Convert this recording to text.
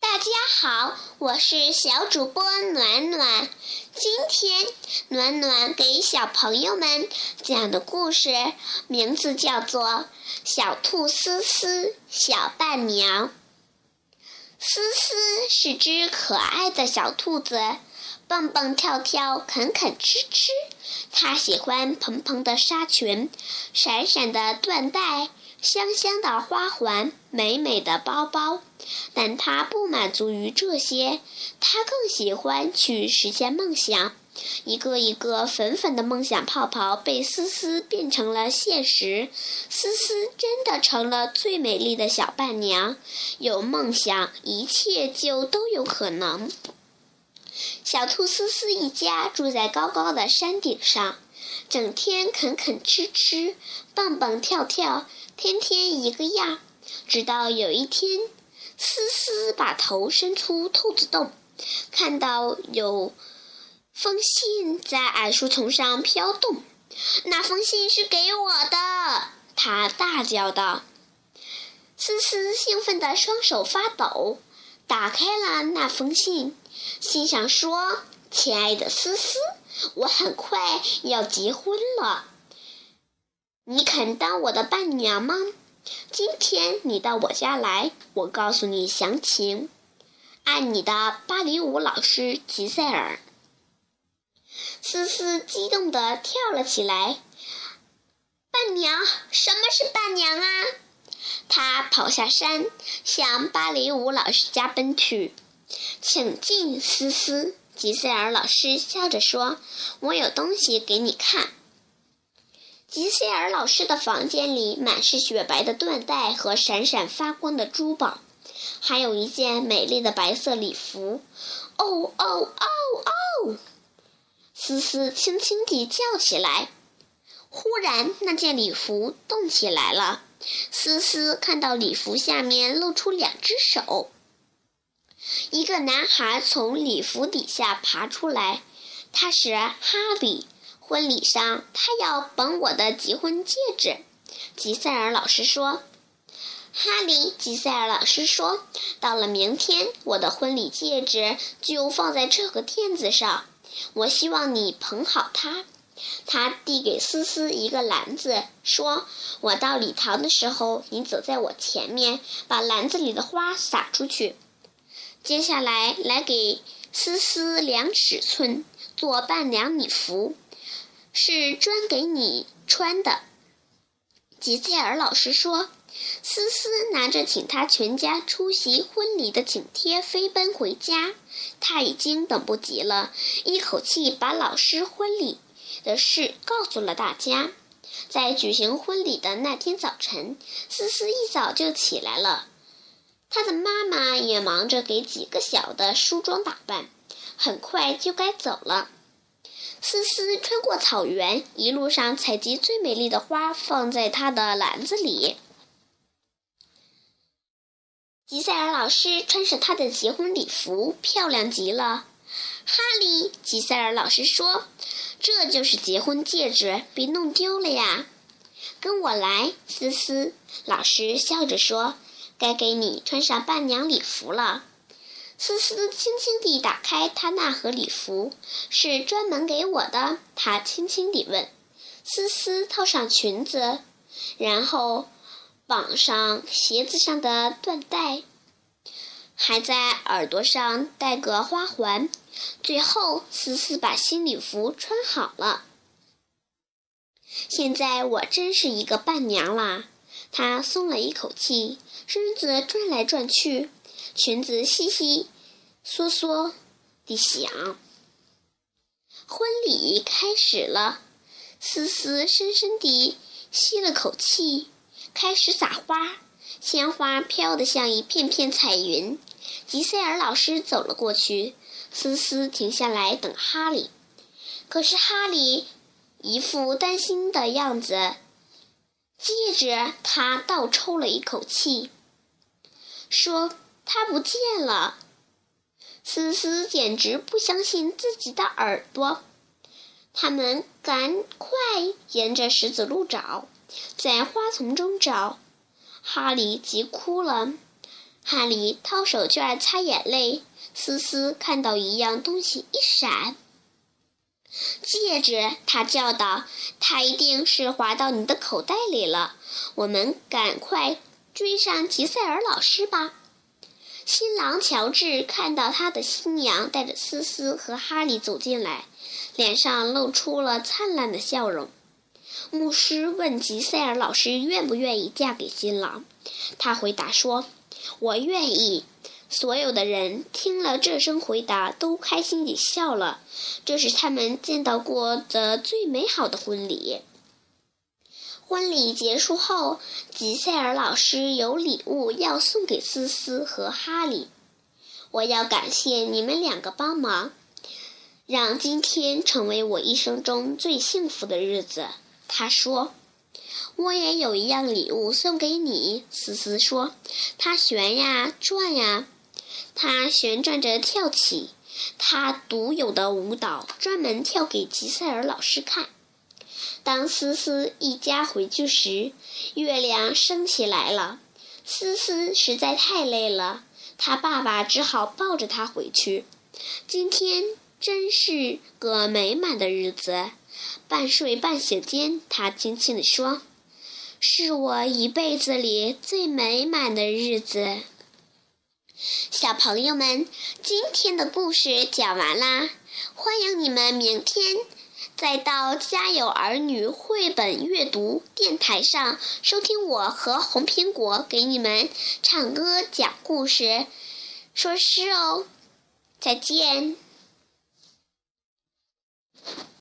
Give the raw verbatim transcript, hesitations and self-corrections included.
大家好，我是小主播暖暖。今天暖暖给小朋友们讲的故事名字叫做《小兔思思小伴娘》。思思是只可爱的小兔子，蹦蹦跳跳，啃啃吃吃。它喜欢蓬蓬的纱裙，闪闪的缎带，香香的花环，美美的包包。但他不满足于这些，他更喜欢去实现梦想。一个一个粉粉的梦想泡泡被思思变成了现实，思思真的成了最美丽的小伴娘。有梦想，一切就都有可能。小兔思思一家住在高高的山顶上，整天啃啃吃吃，蹦蹦跳跳，天天一个样。直到有一天，思思把头伸出兔子洞，看到有封信在矮树丛上飘动。那封信是给我的，她大叫道。思思兴奋得双手发抖，打开了那封信，心想说：亲爱的思思，我很快要结婚了，你肯当我的伴娘吗？今天你到我家来，我告诉你详情。爱你的芭蕾舞老师吉赛尔。思思激动地跳了起来。伴娘？什么是伴娘啊？她跑下山，向芭蕾舞老师家奔去。请进，思思。吉赛尔老师笑着说：我有东西给你看。吉塞尔老师的房间里满是雪白的缎带和闪闪发光的珠宝，还有一件美丽的白色礼服。哦哦哦哦！思思轻轻地叫起来。忽然，那件礼服动起来了。思思看到礼服下面露出两只手。一个男孩从礼服底下爬出来，他是哈利。婚礼上，他要绑我的结婚戒指。吉塞尔老师说：哈利，吉塞尔老师说，到了明天，我的婚礼戒指就放在这个垫子上，我希望你捧好它。他递给思思一个篮子，说：我到礼堂的时候，你走在我前面，把篮子里的花撒出去。接下来，来给思思量尺寸，做伴娘礼服，是专给你穿的。吉塞尔老师说。思思拿着请他全家出席婚礼的请帖飞奔回家，他已经等不及了，一口气把老师婚礼的事告诉了大家。在举行婚礼的那天早晨，思思一早就起来了，她的妈妈也忙着给几个小的梳妆打扮，很快就该走了。思思穿过草原，一路上采集最美丽的花，放在她的篮子里。吉塞尔老师穿上她的结婚礼服，漂亮极了。哈利，吉塞尔老师说，这就是结婚戒指，别弄丢了呀。跟我来，思思，老师笑着说，该给你穿上伴娘礼服了。思思轻轻地打开她那盒礼服，是专门给我的，她轻轻地问。思思套上裙子，然后绑上鞋子上的缎带，还在耳朵上戴个花环。最后，思思把新礼服穿好了。现在我真是一个伴娘啦！她松了一口气，身子转来转去，裙子悉悉嗦嗦地响。婚礼开始了，思思深深地吸了口气，开始撒花，鲜花飘得像一片片彩云。吉塞尔老师走了过去，思思停下来等哈利，可是哈利一副担心的样子。接着他倒抽了一口气，说：他不见了。思思简直不相信自己的耳朵。他们赶快沿着石子路找，在花丛中找。哈利急哭了。 哈利掏手绢擦眼泪，思思看到一样东西一闪。戒指，他叫道，它一定是滑到你的口袋里了，我们赶快追上吉赛尔老师吧。新郎乔治看到他的新娘带着思思和哈利走进来，脸上露出了灿烂的笑容。牧师问吉赛尔老师愿不愿意嫁给新郎，他回答说，我愿意。所有的人听了这声回答都开心地笑了，这是他们见到过的最美好的婚礼。婚礼结束后，吉赛尔老师有礼物要送给思思和哈利。我要感谢你们两个帮忙，让今天成为我一生中最幸福的日子。他说，我也有一样礼物送给你，思思说，它旋呀转呀，它旋转着跳起，它独有的舞蹈专门跳给吉赛尔老师看。当思思一家回去时，月亮升起来了。思思实在太累了，她爸爸只好抱着她回去。今天真是个美满的日子。半睡半醒间，她轻轻地说，是我一辈子里最美满的日子。小朋友们，今天的故事讲完啦，欢迎你们明天再到家有儿女绘本阅读电台上收听我和红苹果给你们唱歌讲故事说诗哦。再见。